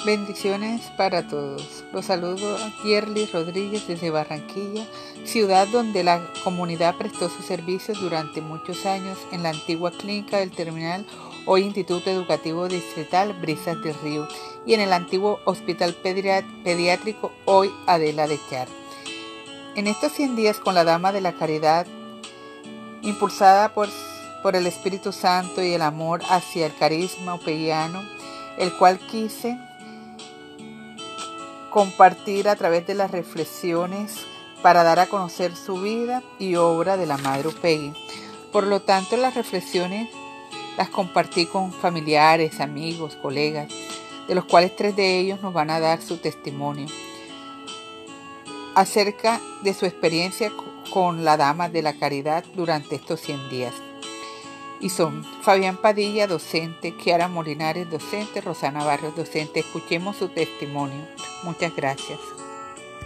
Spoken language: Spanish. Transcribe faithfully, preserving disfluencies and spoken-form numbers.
Bendiciones para todos. Los saludo a Yerly Rodríguez desde Barranquilla, ciudad donde la comunidad prestó sus servicios durante muchos años en la antigua clínica del terminal, hoy Instituto Educativo Distrital Brisas del Río, y en el antiguo Hospital Pediátrico, hoy Adela de Char. En estos cien días con la Dama de la Caridad, impulsada por, por el Espíritu Santo y el amor hacia el carisma opeiano, el cual quise compartir a través de las reflexiones para dar a conocer su vida y obra de la Madre Upegui. Por lo tanto, las reflexiones las compartí con familiares, amigos, colegas, de los cuales tres de ellos nos van a dar su testimonio acerca de su experiencia con la Dama de la Caridad durante estos cien días. Y son Fabián Padilla, docente, Kiara Molinares, docente, Rosana Barrios, docente. Escuchemos su testimonio. Muchas gracias.